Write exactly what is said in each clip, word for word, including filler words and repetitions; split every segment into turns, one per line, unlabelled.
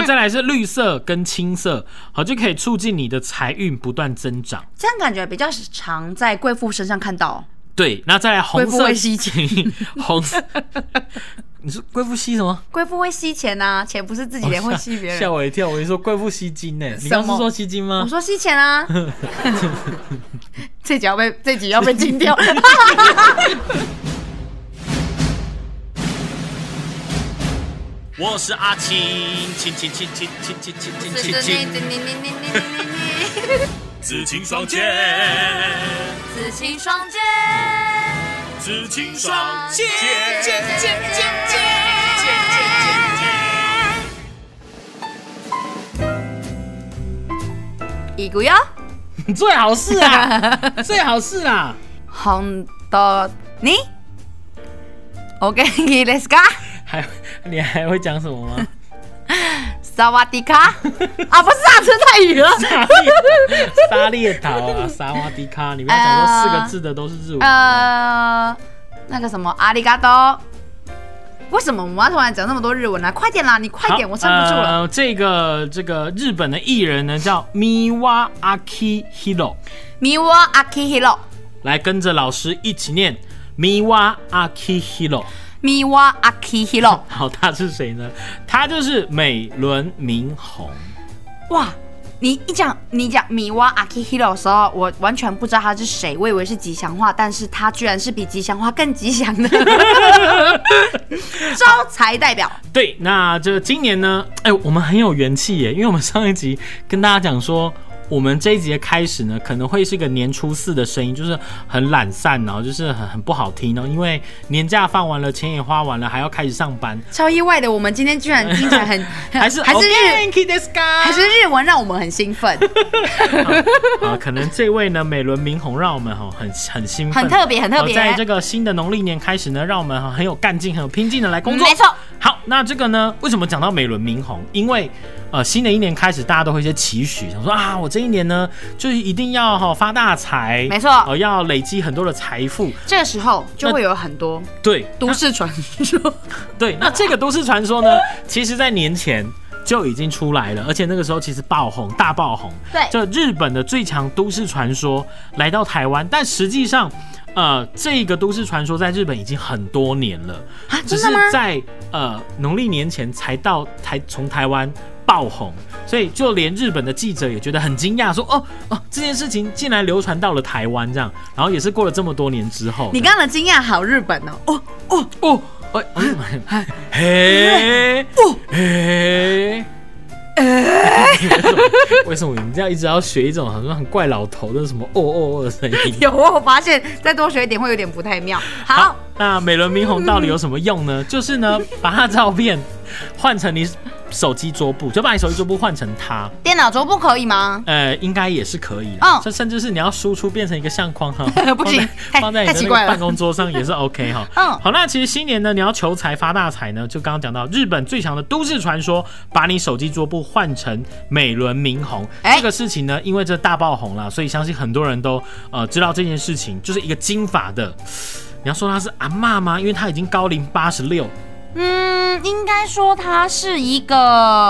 再来是绿色跟青色，好，就可以促进你的财运不断增长。
这样感觉比较常在贵妇身上看到。
对，那再来红色，
贵妇会吸钱，
红色。你说贵妇吸什么？
贵妇会吸钱啊，钱不是自己的，会吸别人。
吓我一跳，我就说贵妇吸金呢。你刚是说吸金吗？
我说吸钱啊。这集要被这集要被禁掉。
我是阿青，青青青青青青青青青青，紫青双剑，
紫青双剑，
紫青双剑，剑剑剑剑剑，
一股哟，
最好是啊，最好是啊，
红豆泥 ，OK，Let's go。
还你还会讲什么吗？
萨瓦迪卡啊，不是啊，这泰语了。
沙猎桃啊，萨瓦迪卡，你不要讲说四个字的都是日文。
呃，那个什么阿里嘎多，为什么我们要突然讲那么多日文呢？快点啦，你快点，我撑不住了。
呃、这个这个日本的艺人呢叫 Miwa Akihiro，
Miwa Akihiro，
来跟着老师一起念 Miwa Akihiro。Miwa
Akihiro，
好，他是谁呢？他就是美轮明宏。
哇，你一讲你讲 Miwa Akihiro 的时候，我完全不知道他是谁，我以为是吉祥话，但是他居然是比吉祥话更吉祥的招财代表。
对，那这今年呢，哎，我们很有元气耶，因为我们上一集跟大家讲说，我们这一集的开始呢，可能会是一个年初四的声音，就是很懒散，然后就是很很不好听哦，因为年假放完了，钱也花完了，还要开始上班。
超意外的，我们今天居然听起来很
还是
还是日
还
是日文，让我们很兴奋。
啊，可能这位呢，美轮明宏让我们很很兴奋，
很特别，很特别。
在这个新的农历年开始呢，让我们很有干劲、很有拼劲的来工作。
没错。
好，那这个呢，为什么讲到美轮明宏？因为呃，新的一年开始，大家都会一些期许，想说啊，我这一年呢，就是一定要哈、哦、发大财，
没错，
呃，要累积很多的财富。
这个时候就会有很多
对
都市传说。
对，那这个都市传说呢，其实在年前就已经出来了，而且那个时候其实爆红，大爆红。
对，
就日本的最强都市传说来到台湾，但实际上，呃，这个都市传说在日本已经很多年了，
啊，
只是在呃农历年前才到台从台湾爆红，所以就连日本的记者也觉得很惊讶，说哦哦，这件事情竟然流传到了台湾这样，然后也是过了这么多年之后，
你刚刚的惊讶好日本哦，哦哦
哦。哎，嘿，哦，嘿，为什么你这样一直要学一种好像很怪老头的什么哦哦哦的声音？
有，我发现再多学一点会有点不太妙。好，好，
那美轮明宏到底有什么用呢？就是呢，把他照片换成你手机桌布，就把你手机桌布换成它。
电脑桌布可以吗？
呃，应该也是可以的。
嗯，
这甚至是你要输出变成一个相框哈，
不行，
放在你的那个办公桌上也是 OK 哈。嗯，好，那其实新年呢，你要求财发大财呢，就刚刚讲到日本最强的都市传说，把你手机桌布换成美轮明宏、欸、这个事情呢，因为这大爆红了，所以相信很多人都呃知道这件事情，就是一个金发的，你要说他是阿嬷吗？因为他已经高龄八十六。
嗯，应该说他是一个，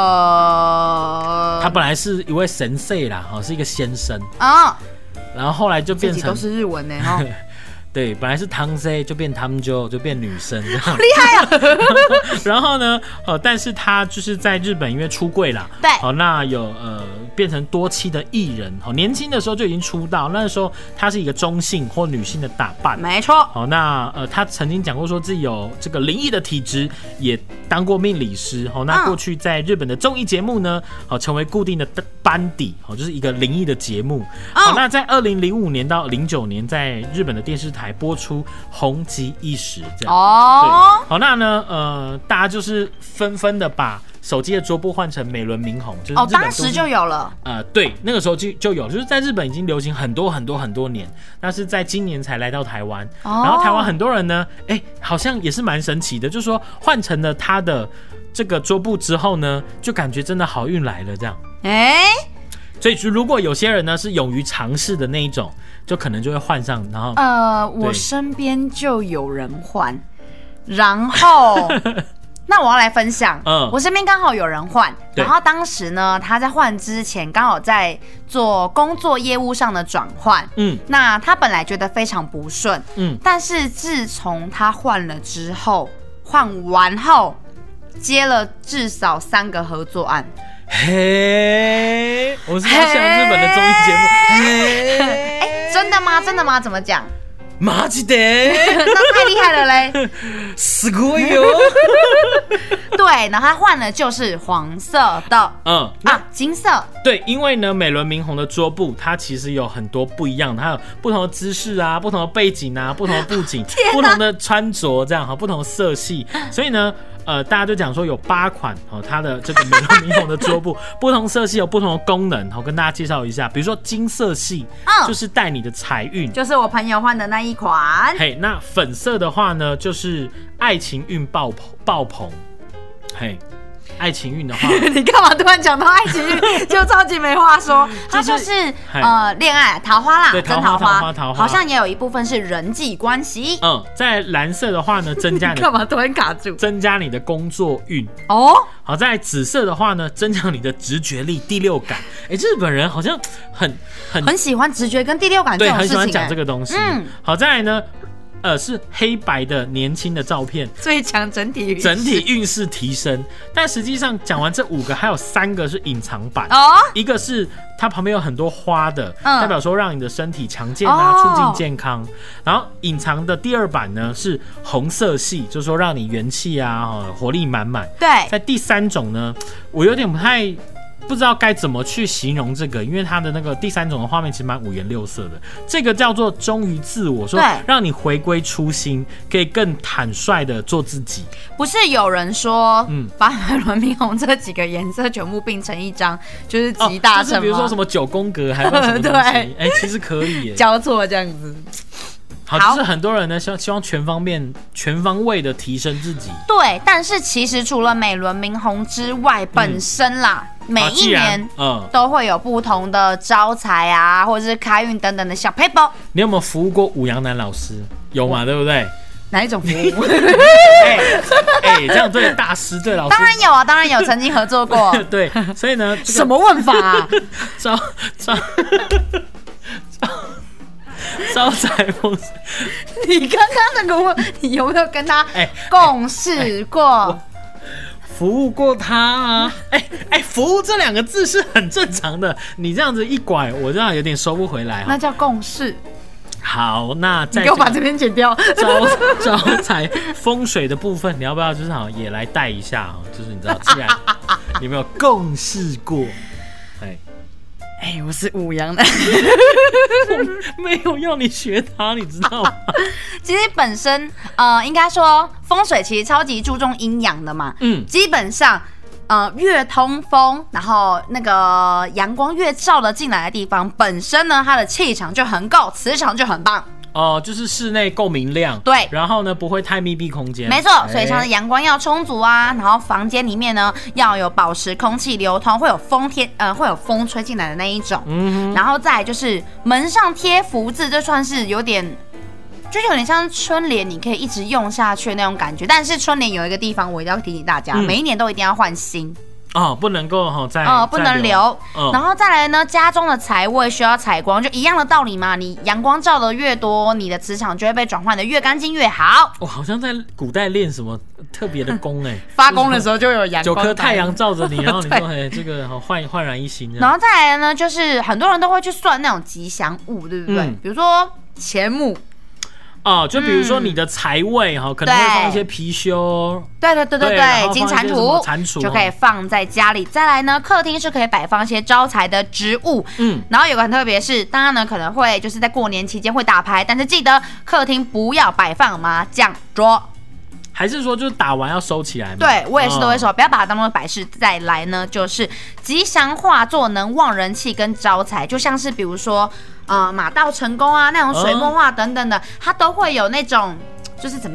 他本来是一位神社啦，是一个先生
啊，
然后后来就变成
都是日文呢哈。
对，本来是堂姐就变他们就就变女生，
好厉害啊！
然后呢，呃，但是他就是在日本因为出柜啦，
对，
好、呃，那有呃变成多妻的艺人，好、呃，年轻的时候就已经出道，那时候他是一个中性或女性的打扮，
没错。
好、呃，那呃他曾经讲过说自己有这个灵异的体质，也当过命理师，好、呃，那过去在日本的综艺节目呢，好、呃、成为固定的班底，好、呃，就是一个灵异的节目，好、呃，那在二零零五年到零九年在日本的电视台播出，红极一时，这样哦。好，那呢，呃，大家就是纷纷的把手机的桌布换成美轮明宏，就是
哦，当时就有了。
呃，对，那个时候就就有，就是在日本已经流行很多很多很多年，但是在今年才来到台湾。哦、然后台湾很多人呢，哎，好像也是蛮神奇的，就是说换成了他的这个桌布之后呢，就感觉真的好运来了这样。哎。所以如果有些人呢是勇于尝试的那一种，就可能就会换上，然后
呃，我身边就有人换，然后那我要来分享，
嗯，
我身边刚好有人换，然后当时呢，他在换之前刚好在做工作业务上的转换，嗯，那他本来觉得非常不顺，嗯，但是自从他换了之后，换完后接了至少三个合作案。
嘿，我是好想日本的综艺节目。嘿，
哎，真的吗？真的吗？怎么讲？
マジで？
那太厉害了嘞！
すごいよ。
对，然后他换了就是黄色的，嗯啊，金色。
对，因为呢，美轮明宏的桌布它其实有很多不一样的，它有不同的姿势啊，不同的背景啊，不同的布景，不同的穿着这样哈，不同的色系，所以呢。呃，大家就讲说有八款哦，它的这个美轮明宏的桌布，不同色系有不同的功能，好跟大家介绍一下。比如说金色系，嗯，就是带你的财运，
就是我朋友换的那一款。
嘿，那粉色的话呢，就是爱情运爆棚爆棚，嘿。爱情运的话，
你干嘛突然讲到爱情运就超级没话说？它就是呃恋爱桃花啦，
对，
真
桃花桃花桃花，
好像也有一部分是人际关系。
嗯，在蓝色的话呢，增加你
干嘛突然卡住？
增加你的工作运哦。好，在紫色的话呢，增强你的直觉力、第六感。哎，日本人好像很很
很喜欢直觉跟第六感这种事情，
对，很喜欢讲这个东西。嗯，好，再来呢。呃，是黑白的年轻的照片，
最强整体运势，
整体运势提升。但实际上讲完这五个，还有三个是隐藏版哦。一个是它旁边有很多花的，嗯、代表说让你的身体强健啊，哦、促进健康。然后隐藏的第二版呢是红色系，就是说让你元气啊，活力满满。
对，
在第三种呢，我有点不太。不知道该怎么去形容这个，因为它的那个第三种的画面其实蛮五颜六色的。这个叫做忠于自我，说让你回归初心，可以更坦率的做自己。
不是有人说，嗯，把美轮明宏这几个颜色全部并成一张，就是集大成吗？
就是比如说什么九宫格，还有什么东西？哎、欸，其实可以耶，
交错这样子。
好，就是很多人呢，希希望全方面、全方位的提升自己。
对，但是其实除了美轮明宏之外，本身啦，嗯、每一年嗯都会有不同的招财啊，或者是开运等等的小 paper。
你有没有服务过武阳南老师？有嘛，对不对？
哪一种服务？
哎哎、欸欸，这样对大师对老师？
当然有啊，当然有，曾经合作过。
对，所以呢，这个、
什么问法啊？
招招。招财风水，
你刚刚那个问，你有没有跟他共事过？欸欸、
服务过他啊？哎、欸、哎、欸，服务这两个字是很正常的。你这样子一拐，我这样有点收不回来。
那叫共事。
好，那再、
这個、你给我把这边剪掉。
招招财风水的部分，你要不要就是好也来带一下？就是你知道，既然你有没有共事过？哎。
哎、欸，我是武阳的，
我没有要你学他，你知道吗？
其实本身呃，应该说风水其实超级注重阴阳的嘛。嗯，基本上呃越通风，然后那个阳光越照得进来的地方，本身呢它的气场就很够，磁场就很棒。
哦、呃，就是室内够明亮，
对，
然后呢不会太密闭空间，
没错，所以像是阳光要充足啊，然后房间里面呢要有保持空气流通，会有风天呃会有风吹进来的那一种，嗯，然后再来就是门上贴福字，这算是有点，就有点像春联，你可以一直用下去的那种感觉。但是春联有一个地方我一定要提醒大家，嗯、每一年都一定要换新。
哦，不能够哈，再
呃不能留，嗯、然后再来呢，家中的财位需要采光，就一样的道理嘛。你阳光照的越多，你的磁场就会被转换的越干净越好。
我、哦、好像在古代练什么特别的功哎，
发功的时候就有阳光，
九颗太阳照着你，然后你说哎这个焕焕然一新。
然后再来呢，就是很多人都会去算那种吉祥物，对不对？嗯、比如说钱母。
哦，就比如说你的财位哈，嗯、可能会放一些貔貅，
对对对对对，金蟾蜍，
蟾蜍
就可以放在家里。再来呢，客厅是可以摆放一些招财的植物，嗯，然后有个很特别是，当然呢可能会就是在过年期间会打牌，但是记得客厅不要摆放麻将桌。
还是说就是打完要收起来吗？
对，我也是都会收，哦、不要把它当做摆饰。再来呢，就是吉祥画作能旺人气跟招财，就像是比如说呃马到成功啊那种水墨画等等的，哦、它都会有那种就是怎么样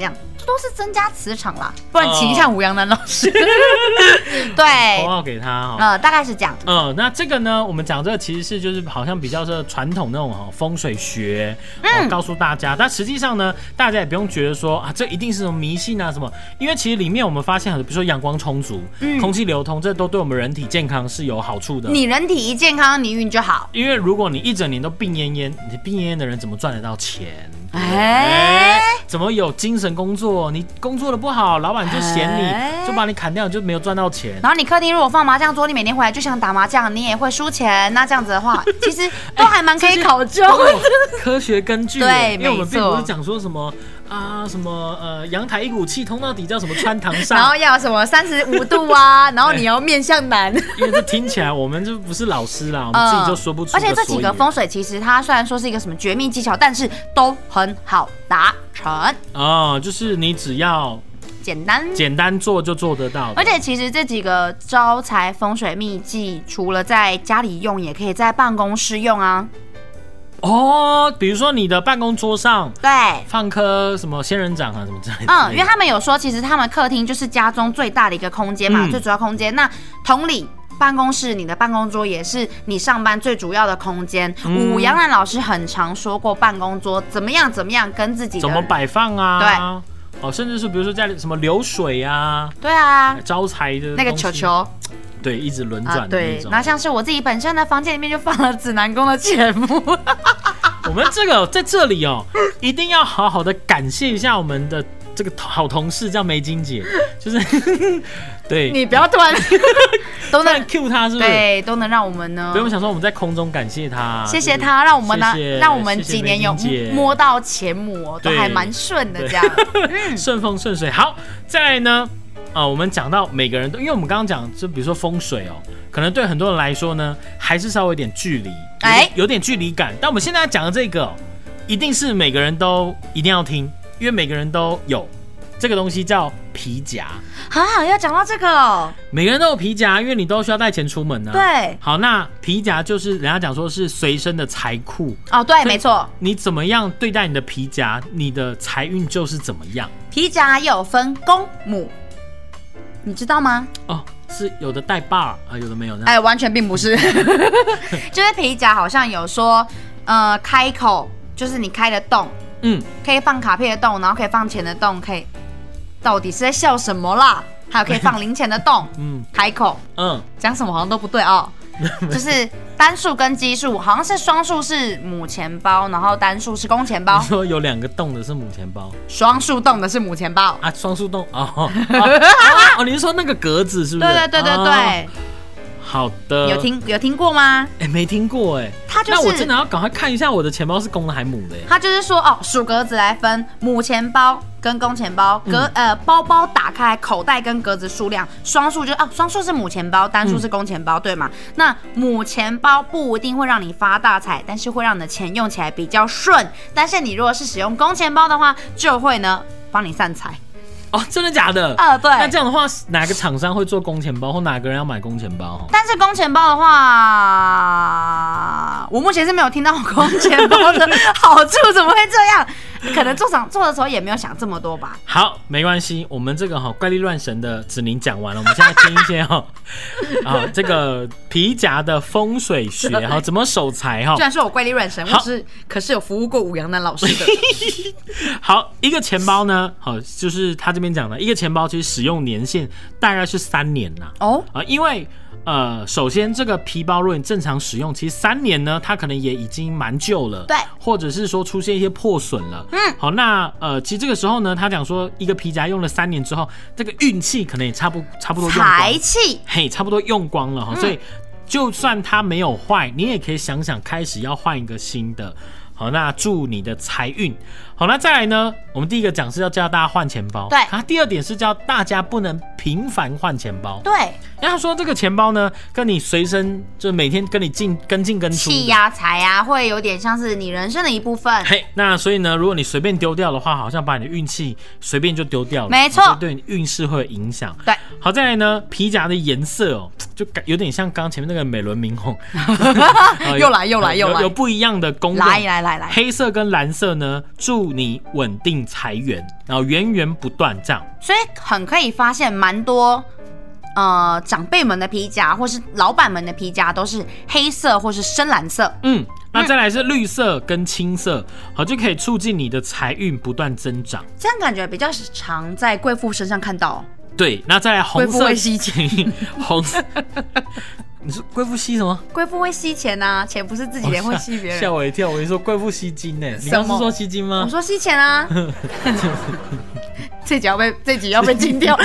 都是增加磁场啦，不然请一下吴阳南老师。对，
口号给他哈、哦。
呃，大概是这样。
嗯，那这个呢，我们讲这个其实是就是好像比较是传统那种哈风水学，嗯，告诉大家。但实际上呢，大家也不用觉得说啊，这一定是什么迷信啊什么，因为其实里面我们发现很多，比如说阳光充足、嗯、空气流通，这都对我们人体健康是有好处的。
你人体一健康，你运就好。
因为如果你一整年都病恹恹，你病恹恹的人怎么赚得到钱？
哎、欸，
怎么有精神工作？你工作的不好，老板就嫌你，欸、就把你砍掉，你就没有赚到钱。
然后你客厅如果放麻将桌，你每天回来就想打麻将，你也会输钱。那这样子的话，其实都还蛮可以考究的、欸，
科学根据。
对，
因为我们并不是讲说什么啊什么呃阳台一股气通到底叫什么穿堂上，
然后要什么三十五度啊，然后你要面向南。
因为这听起来我们就不是老师啦，我们自己就说不出个所以然。
而且这几个风水其实它虽然说是一个什么绝密技巧，但是都很好达成。
哦，就是你只要
简单
简单做就做得到。
而且其实这几个招财风水秘技，除了在家里用，也可以在办公室用啊。
哦，比如说你的办公桌上，
对，
放颗什么仙人掌啊，什么之类的。
嗯，因为他们有说，其实他们客厅就是家中最大的一个空间嘛，嗯、最主要空间。那同理，办公室你的办公桌也是你上班最主要的空间。嗯、武阳南老师很常说过，办公桌怎么样怎么样，跟自己的
怎么摆放啊？
对，
哦，甚至是比如说家里什么流水啊，
对啊，
招财的
那个球球。
对，一直轮转的那种、啊。
对，那像是我自己本身的房间里面就放了指南宫的钱目。
我们这个在这里哦，一定要好好的感谢一下我们的这个好同事，叫梅金姐，就是对。
你不要突然
都能 cue 他，是不是？
对，都能让我们呢。
不用想说我们在空中感谢他，
谢谢他，让我们呢，
谢谢
让我们几年有摸到钱母、哦，都还蛮顺的这样，
顺风顺水。好，再来呢。啊，我们讲到每个人都，因为我们刚刚讲，就比如说风水哦，可能对很多人来说呢，还是稍微有点距离，哎，有点距离感。但我们现在讲的这个、哦，一定是每个人都一定要听，因为每个人都有这个东西叫皮夹
啊。要讲到这个哦，
每个人都有皮夹，因为你都需要带钱出门啊。
对，
好，那皮夹就是人家讲说是随身的财库
哦，对，没错。
你怎么样对待你的皮夹，你的财运就是怎么样。
皮夹有分公母。你知道吗？
哦，是有的带 bar 啊，有的没有。
哎，完全并不是，就是皮夹好像有说，呃，开口就是你开的洞，嗯，可以放卡片的洞，然后可以放钱的洞，可以，到底是在笑什么啦？还有可以放零钱的洞，嗯，开口，嗯，讲什么好像都不对哦。就是单数跟奇数，好像是双数是母钱包，然后单数是公钱包。
你说有两个洞的是母钱包，
双数洞的是母钱包
啊？双数洞哦哦, 哦, 哦，你是说那个格子是不是？
对对对对对。哦，
好的，
有听有听过吗？
哎，没听过哎。他就是，那我真的要赶快看一下我的钱包是公的还母的。
他就是说哦，数格子来分母钱包跟公钱包，格、嗯、呃包包打开口袋跟格子数量，双数就哦双数是母钱包，单数是公钱包，嗯、对吗？那母钱包不一定会让你发大财，但是会让你的钱用起来比较顺。但是你如果是使用公钱包的话，就会呢帮你散财。
哦，真的假的？
啊，对。
那这样的话，哪个厂商会做公钱包，或哪个人要买公钱包？
但是公钱包的话，我目前是没有听到公钱包的好处，怎么会这样？可能做厂做的时候也没有想这么多吧。
好，没关系，我们这个哈、哦、怪力乱神的子宁讲完了，我们现在听一些哈、哦、啊这个皮夹的风水学哈、哦，怎么守财哈。
居然说我怪力乱神，我是可是有服务过武阳南老师的。
好，一个钱包呢，好，就是他这边讲的一个钱包，其实使用年限大概是三年呐。哦啊，因为。呃，首先这个皮包如果你正常使用，其实三年呢，它可能也已经蛮旧了，
对，
或者是说出现一些破损了。嗯，好，那呃，其实这个时候呢，他讲说一个皮夹用了三年之后，这个运气可能也差不差不多用光，
财气，
嘿，差不多用光了哈、嗯，所以就算它没有坏，你也可以想想开始要换一个新的。好，那祝你的财运好。那再来呢，我们第一个讲是要叫大家换钱包，
对。
啊，第二点是叫大家不能频繁换钱包，
对。
因为他说这个钱包呢，跟你随身就每天跟你进跟进跟出，
气呀财呀，会有点像是你人生的一部分。
嘿，那所以呢，如果你随便丢掉的话，好像把你的运气随便就丢掉了，
没错，
对你运势会有影响。
对，
好，再来呢，皮夹的颜色哦，就有点像刚前面那个美轮明宏，
又来又来又来，
有, 有不一样的功用。
来来来来，
黑色跟蓝色呢，祝你稳定财源，然后源源不断这样。
所以很可以发现蛮多。呃，长辈们的皮夹或是老板们的皮夹都是黑色或是深蓝色。
嗯，那再来是绿色跟青色，好，就可以促进你的财运不断增长。
这样感觉比较常在贵妇身上看到。
对，那再来红色，
贵妇会吸钱，
红色。你说贵妇吸什么？
贵妇会吸钱啊，钱不是自己人，会吸别人。
吓我一跳，我一说贵妇吸金呢，你刚是说吸金吗？
我说吸钱啊。这集要被这集要被禁掉。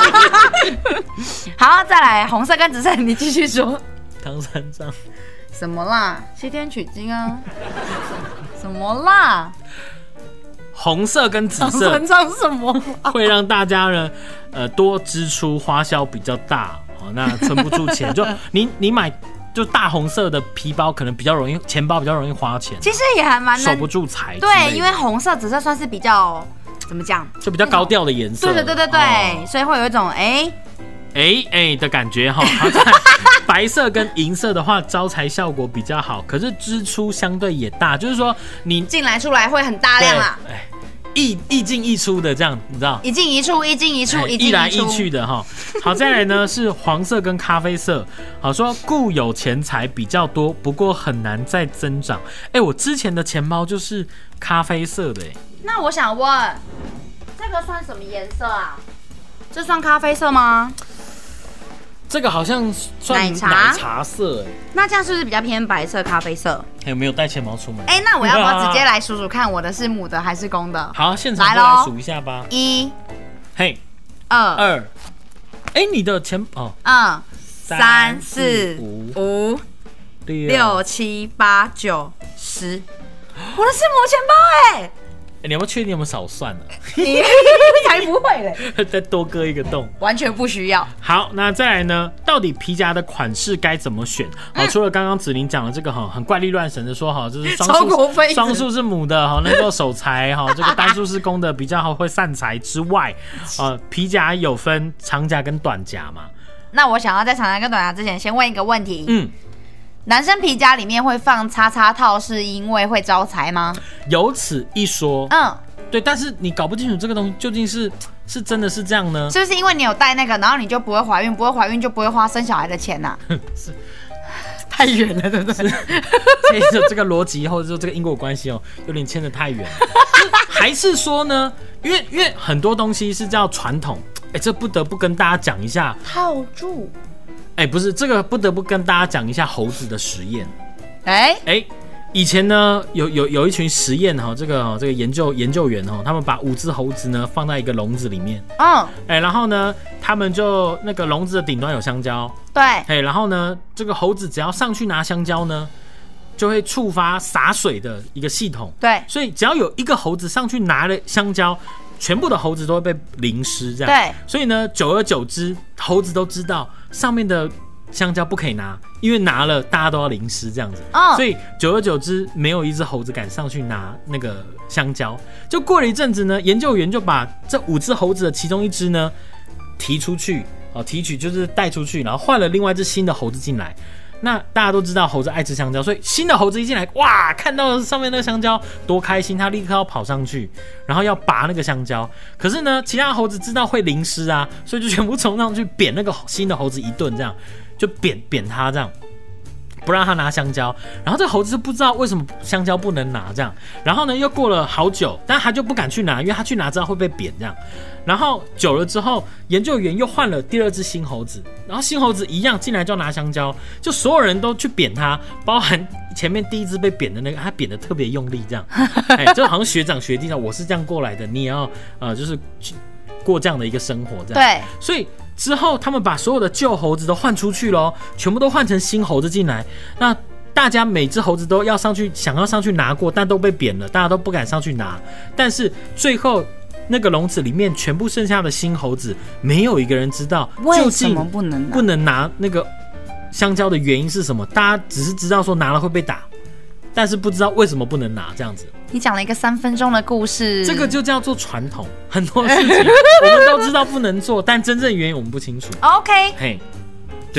好，再来红色跟紫色，你继续说。
唐三藏。
什么啦？西天取经啊？什么啦？
红色跟紫色。
唐三藏什么？
会让大家呢，呃，多支出，花销比较大，哦，那存不住钱，就你你买。就大红色的皮包可能比较容易，钱包比较容易花钱，
其实也还蛮
守不住财。
对，因为红色、紫色算是比较怎么讲，
就比较高调的颜色。
对对对对对，哦、所以会有一种哎
哎哎的感觉哈。白色跟银色的话，招财效果比较好，可是支出相对也大，就是说你
进来出来会很大量啦。
一一进一出的这样，你知道？
一进一出，一进一出，一进一出，
一来一去的哈。好，再来呢是黄色跟咖啡色。好，说固有钱财比较多，不过很难再增长。哎、欸，我之前的钱包就是咖啡色的哎。
那我想问，这个算什么颜色啊？这算咖啡色吗？
这个好像算奶茶奶茶色哎。
那这样是不是比较偏白色、咖啡色？
还有没有带钱包出门？
哎、欸，那我要不要直接来数数看，我的是母的还是公的？
好，现场就来数一下吧。
一，
嘿，
二，
二，哎，你的钱哦，
嗯，三四五六七八九十，我的是母钱包哎、欸。
欸、你要不要确定有没有少算了？
你才不会嘞！
再多割一个洞，
完全不需要。
好，那再来呢？到底皮夹的款式该怎么选？好，除了刚刚子琳讲的这个哈，很怪力乱神的说哈，就是双数双数是母的哈，能够守财哈，这个单数是公的比较好会散财之外，呃，皮夹有分长夹跟短夹嘛。
那我想要在长夹跟短夹之前，先问一个问题。
嗯。
男生皮夹里面会放叉叉套，是因为会招财吗？
有此一说，
嗯，
对，但是你搞不清楚这个东西究竟是是真的是这样呢？
是不是因为你有带那个，然后你就不会怀孕，不会怀孕就不会花生小孩的钱呐、啊？
是，
太远了，对不对？
所以这个逻辑或者说这个因果关系哦，有点牵得太远了。还是说呢？因为因为很多东西是叫传统，哎，这不得不跟大家讲一下
套住。
哎、欸，不是这个，不得不跟大家讲一下猴子的实验。
哎、欸、
哎、欸，以前呢，有有有一群实验哈，这个这个研究研究员哈，他们把五只猴子呢放在一个笼子里面。嗯。哎、欸，然后呢，他们就那个笼子的顶端有香蕉。
对。
哎、欸，然后呢，这个猴子只要上去拿香蕉呢，就会触发洒水的一个系统。
对。
所以只要有一个猴子上去拿了香蕉，全部的猴子都会被淋湿，这样。
对。
所以呢，久而久之，猴子都知道上面的香蕉不可以拿，因为拿了大家都要淋湿，这样子。哦。所以久而久之，没有一只猴子敢上去拿那个香蕉。就过了一阵子呢，研究员就把这五只猴子的其中一只呢提出去，哦，提取就是带出去，然后换了另外一只新的猴子进来。那大家都知道猴子爱吃香蕉，所以新的猴子一进来，哇，看到上面那个香蕉多开心，他立刻要跑上去，然后要拔那个香蕉。可是呢，其他猴子知道会淋湿啊，所以就全部冲上去扁那个新的猴子一顿，这样就扁扁他，这样不让他拿香蕉。然后这个猴子就不知道为什么香蕉不能拿，这样。然后呢，又过了好久，但他就不敢去拿，因为他去拿知道会被扁这样。然后久了之后，研究员又换了第二只新猴子，然后新猴子一样进来就要拿香蕉，就所有人都去扁他，包含前面第一只被扁的那个，他扁的特别用力，这样，哎，就好像学长学弟上，我是这样过来的，你也要呃，就是过这样的一个生活，这样。
对，
所以之后他们把所有的旧猴子都换出去咯，全部都换成新猴子进来，那大家每只猴子都要上去，想要上去拿过，但都被扁了，大家都不敢上去拿，但是最后。那个笼子里面全部剩下的新猴子，没有一个人知道究竟
不能拿
不能拿那个香蕉的原因是什么。大家只是知道说拿了会被打，但是不知道为什么不能拿这样子。
你讲了一个三分钟的故事，
这个就叫做传统。很多事情我们都知道不能做，但真正原因我们不清楚。
OK，
嘿，对。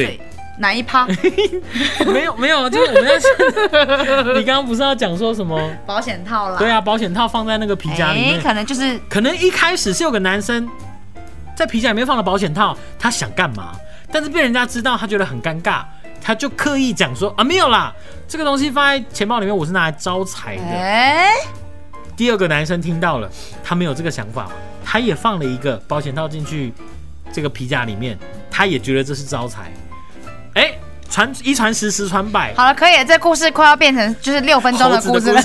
哪一趴？
没有没有，就是我们要你刚刚不是要讲说什么
保险套啦？
对啊，保险套放在那个皮夹里面，
欸、可能就是
可能一开始是有个男生在皮夹里面放了保险套，他想干嘛？但是被人家知道，他觉得很尴尬，他就刻意讲说啊没有啦，这个东西放在钱包里面，我是拿来招财的。
欸、
第二个男生听到了，他没有这个想法，他也放了一个保险套进去这个皮夹里面，他也觉得这是招财。哎、欸，传一传十，十传百。
好了，可以了，这故事快要变成就是六分钟的故事了。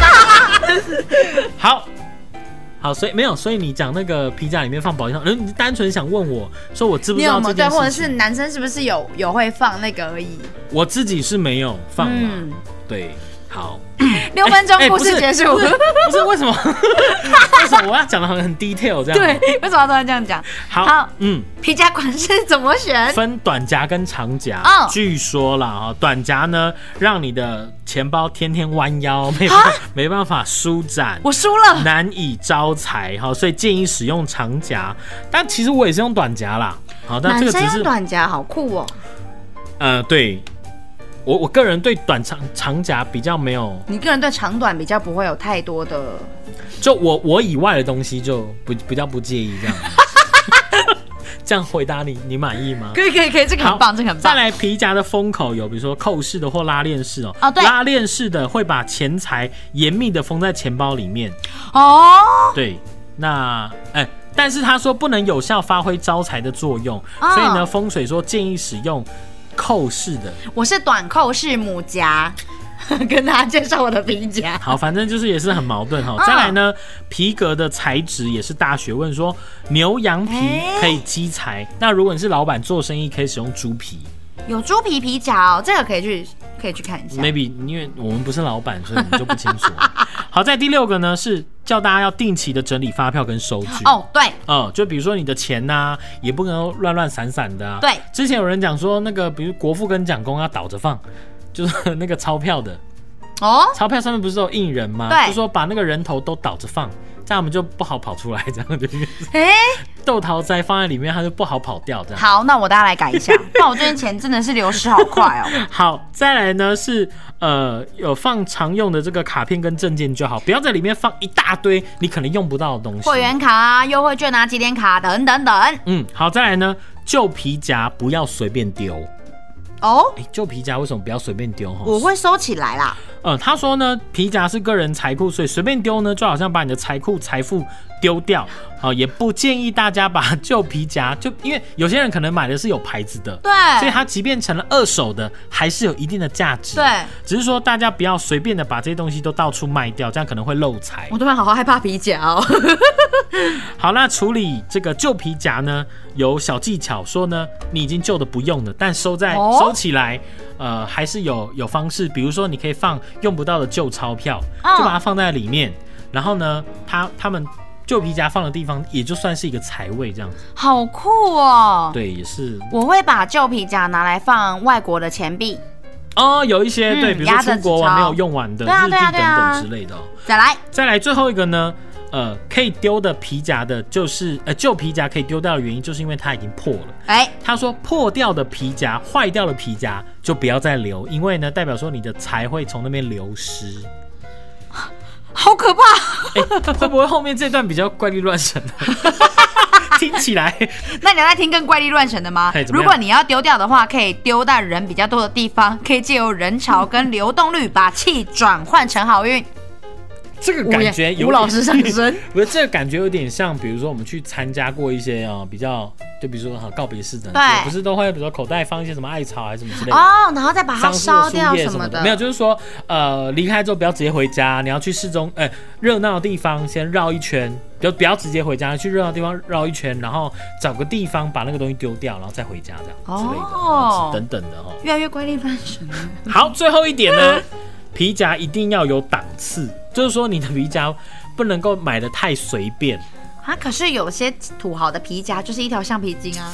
好，好，所以没有，所以你讲那个皮夹里面放保险套，你单纯想问我说我知不知道这件事情？
对，或者是男生是不是有有会放那个而已？
我自己是没有放嘛、嗯，对，好。
六分钟故事结束、欸欸不，
不是为什么？为什么我要讲的很很 detail 这样？
对，为什么要突然这样讲？
好，好嗯，
皮夹款式怎么选？
分短夹跟长夹。
哦、
据说啦，哈，短夹呢，让你的钱包天天弯腰，没办法没办法舒展，
我输了，
难以招财哈，所以建议使用长夹。但其实我也是用短夹啦，好，但这个只是
男生用短夹好酷哦。
呃，对。我我个人对短长长夹比较没有，
你个人对长短比较不会有太多的，
就我我以外的东西就不比较不介意这样。这样回答你，你满意吗？
可以可以可以，这个很棒，这个很棒。
再来皮夹的封口有，比如说扣式的或拉链式哦。
哦，对，
拉链式的会把钱财严密的封在钱包里面。
哦，
对，那哎。但是他说不能有效发挥招财的作用，哦、所以呢，风水说建议使用扣式的。
我是短扣式母夹，跟大家介绍我的皮夹。
好，反正就是也是很矛盾哈。哦、再来呢，皮革的材质也是大学问，说牛羊皮可以积财、欸，那如果你是老板做生意，可以使用猪皮。
有猪皮皮夹哦，这个可以去可以去看一下。
Maybe 因为我们不是老板，所以你就不清楚。好，在第六个呢是叫大家要定期的整理发票跟收据。
哦，对，
嗯，就比如说你的钱呐、啊，也不能乱乱散散的啊。
对，之
前有人讲说那个，比如国父跟蒋公要倒着放，就是那个钞票的。哦，钞票上面不是有印人吗？
对，
就说把那个人头都倒着放，这样我们就不好跑出来，这样就。
哎、欸，
豆桃栽放在里面，它就不好跑掉，这样。
好，那我大家来改一下，不然我最近钱真的是流失好快哦。
好，再来呢是呃有放常用的这个卡片跟证件就好，不要在里面放一大堆你可能用不到的东西。
会员卡啊、优惠券啊、积点卡等等等。
嗯，好，再来呢，旧皮夹不要随便丢。哦，哎，旧皮夹为什么不要随便丢？
我会收起来啦。
呃，他说呢，皮夹是个人财库，所以随便丢呢，就好像把你的财库财富丢掉。好、呃，也不建议大家把旧皮夹，就因为有些人可能买的是有牌子的，
对，
所以它即便成了二手的，还是有一定的价值。
对，
只是说大家不要随便的把这些东西都到处卖掉，这样可能会漏财。
我突然好好害怕皮夹哦。
好，那处理这个旧皮夹呢，有小技巧，说呢，你已经旧的不用了，但收在、哦、收起来，呃，还是有有方式，比如说你可以放用不到的旧钞票，哦、就把它放在里面，然后呢，他他们旧皮夹放的地方也就算是一个财位这样子。
好酷哦！
对，也是。
我会把旧皮夹拿来放外国的钱币。
哦，有一些、嗯、对，比如说出国玩没有用完的、
啊、
日币等等之类的、哦。
再来，
再来最后一个呢？呃，可以丢的皮夹的，就是呃旧皮夹可以丢掉的原因，就是因为它已经破了。哎、欸，他说破掉的皮夹、坏掉的皮夹就不要再留，因为呢，代表说你的财会从那边流失。
好可怕！
哎、欸，会不会后面这段比较怪力乱神？听起来，
那你要再听更怪力乱神的吗？如果你要丢掉的话，可以丢到人比较多的地方，可以借由人潮跟流动率把气转换成好运。
这个感觉有
吴老师上身，
不是这个感觉有点像，比如说我们去参加过一些啊、哦、比较，就比如说哈告别式等，
对，
不是都会比如说口袋放一些什么艾草还是什么之类的
哦，然后再把它烧掉什么的。
没有，就是说呃离开之后不要直接回家，你要去市中呃热闹的地方先绕一圈，就不要直接回家，去热闹的地方绕一圈，然后找个地方把那个东西丢掉，然后再回家这样之类的、哦、等等的哈、哦，
越来越怪力乱神。
好，最后一点呢。皮夹一定要有档次，就是说你的皮夹不能够买得太随便
啊。可是有些土豪的皮夹就是一条橡皮筋啊。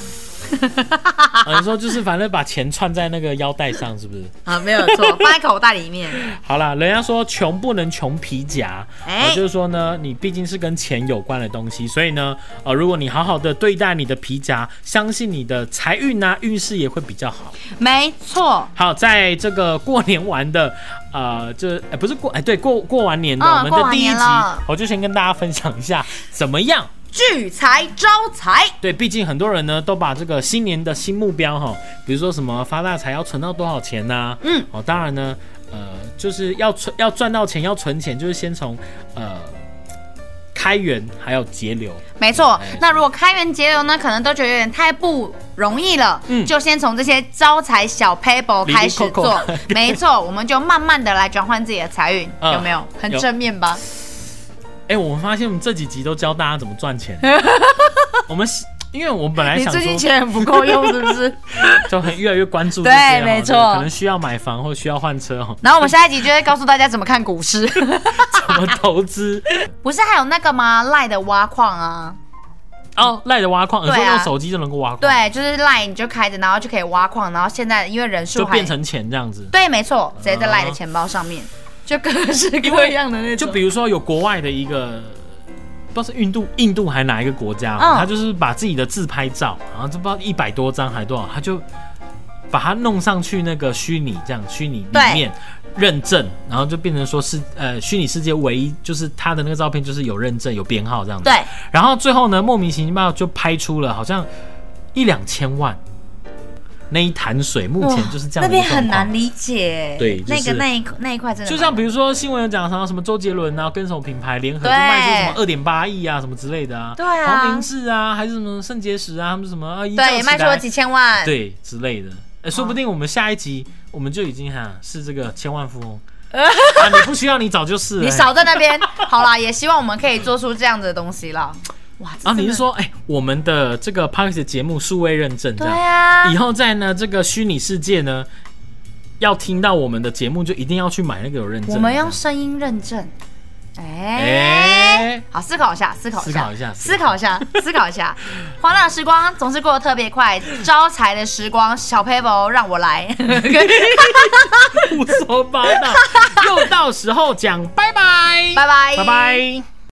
啊、你说就是反正把钱串在那个腰带上，是不是？
啊，没有错，放在口袋里面。
好啦，人家说穷不能穷皮夹，
哎、
呃，就是说呢，你毕竟是跟钱有关的东西，所以呢，呃，如果你好好的对待你的皮夹，相信你的财运啊、运势也会比较好。
没错。
好，在这个过年完的，呃，这、欸、不是过哎、欸，对，过过完年的、
嗯、
我们的第一集，我就先跟大家分享一下怎么样
聚财招财。
对，毕竟很多人呢都把这个新年的新目标哈，比如说什么发大财要存到多少钱呐、啊，嗯，哦，当然呢，呃，就是要存要赚到钱要存钱，就是先从呃开源还有节流。
没错，那如果开源节流呢，可能都觉得有点太不容易了，嗯，就先从这些招财小 paper 开始做。没错，我们就慢慢的来转换自己的财运，嗯、有没有？很正面吧？
哎、欸，我们发现我们这几集都教大家怎么赚钱。我们因为我们本来想说，
你最近钱很不够用，是不是？
就很越来越关注这
些，
对，
没错，
可能需要买房或需要换车。
然后我们下一集就会告诉大家怎么看股市，
怎么投资。
不是还有那个吗？赖的挖矿啊。
哦，赖的挖矿，你说用手机就能够挖矿？
对，就是赖你就开着，然后就可以挖矿，然后现在因为人数
就变成钱这样子。
对，没错，直接在赖的钱包上面。就各式各样的那种，
就比如说有国外的一个，不知道是印度、印度还哪一个国家，嗯、他就是把自己的自拍照，然后就不知道一百多张还多少，他就把它弄上去那个虚拟这样虚拟里面认证，然后就变成说是呃虚拟世界唯一就是他的那个照片就是有认证有编号这样子。
对，
然后最后呢莫名其妙就拍出了好像一两千万。那一潭水目前就是这样的一个状况，那边
很难理解。
对，就是、
那个那一那一块真的，
就像比如说新闻有讲什么周杰伦啊，跟什么品牌联合就卖出什么二点八亿啊，什么之类的啊。
对啊，
黄明志啊，还是什么肾结石啊，他们什么啊，
对，卖出了几千万，
对之类的。欸、说不定我们下一集我们就已经哈是这个千万富翁。啊，你不需要，你早就是了。
你少在那边。好啦，也希望我们可以做出这样的东西啦。哇！
啊，你是说，哎、欸，我们的这个 Podcast 节目数位认证，这样，
对啊，
以后在呢这个虚拟世界呢，要听到我们的节目，就一定要去买那个有认证。
我们用声音认证。哎、欸欸，好，思考一下，思考一下，
思考一下，
思考一下，思考一下。欢乐的时光总是过得特别快，招财的时光，小 paper 让我来。
胡说八道，又到时候讲拜拜，
拜拜，
拜拜。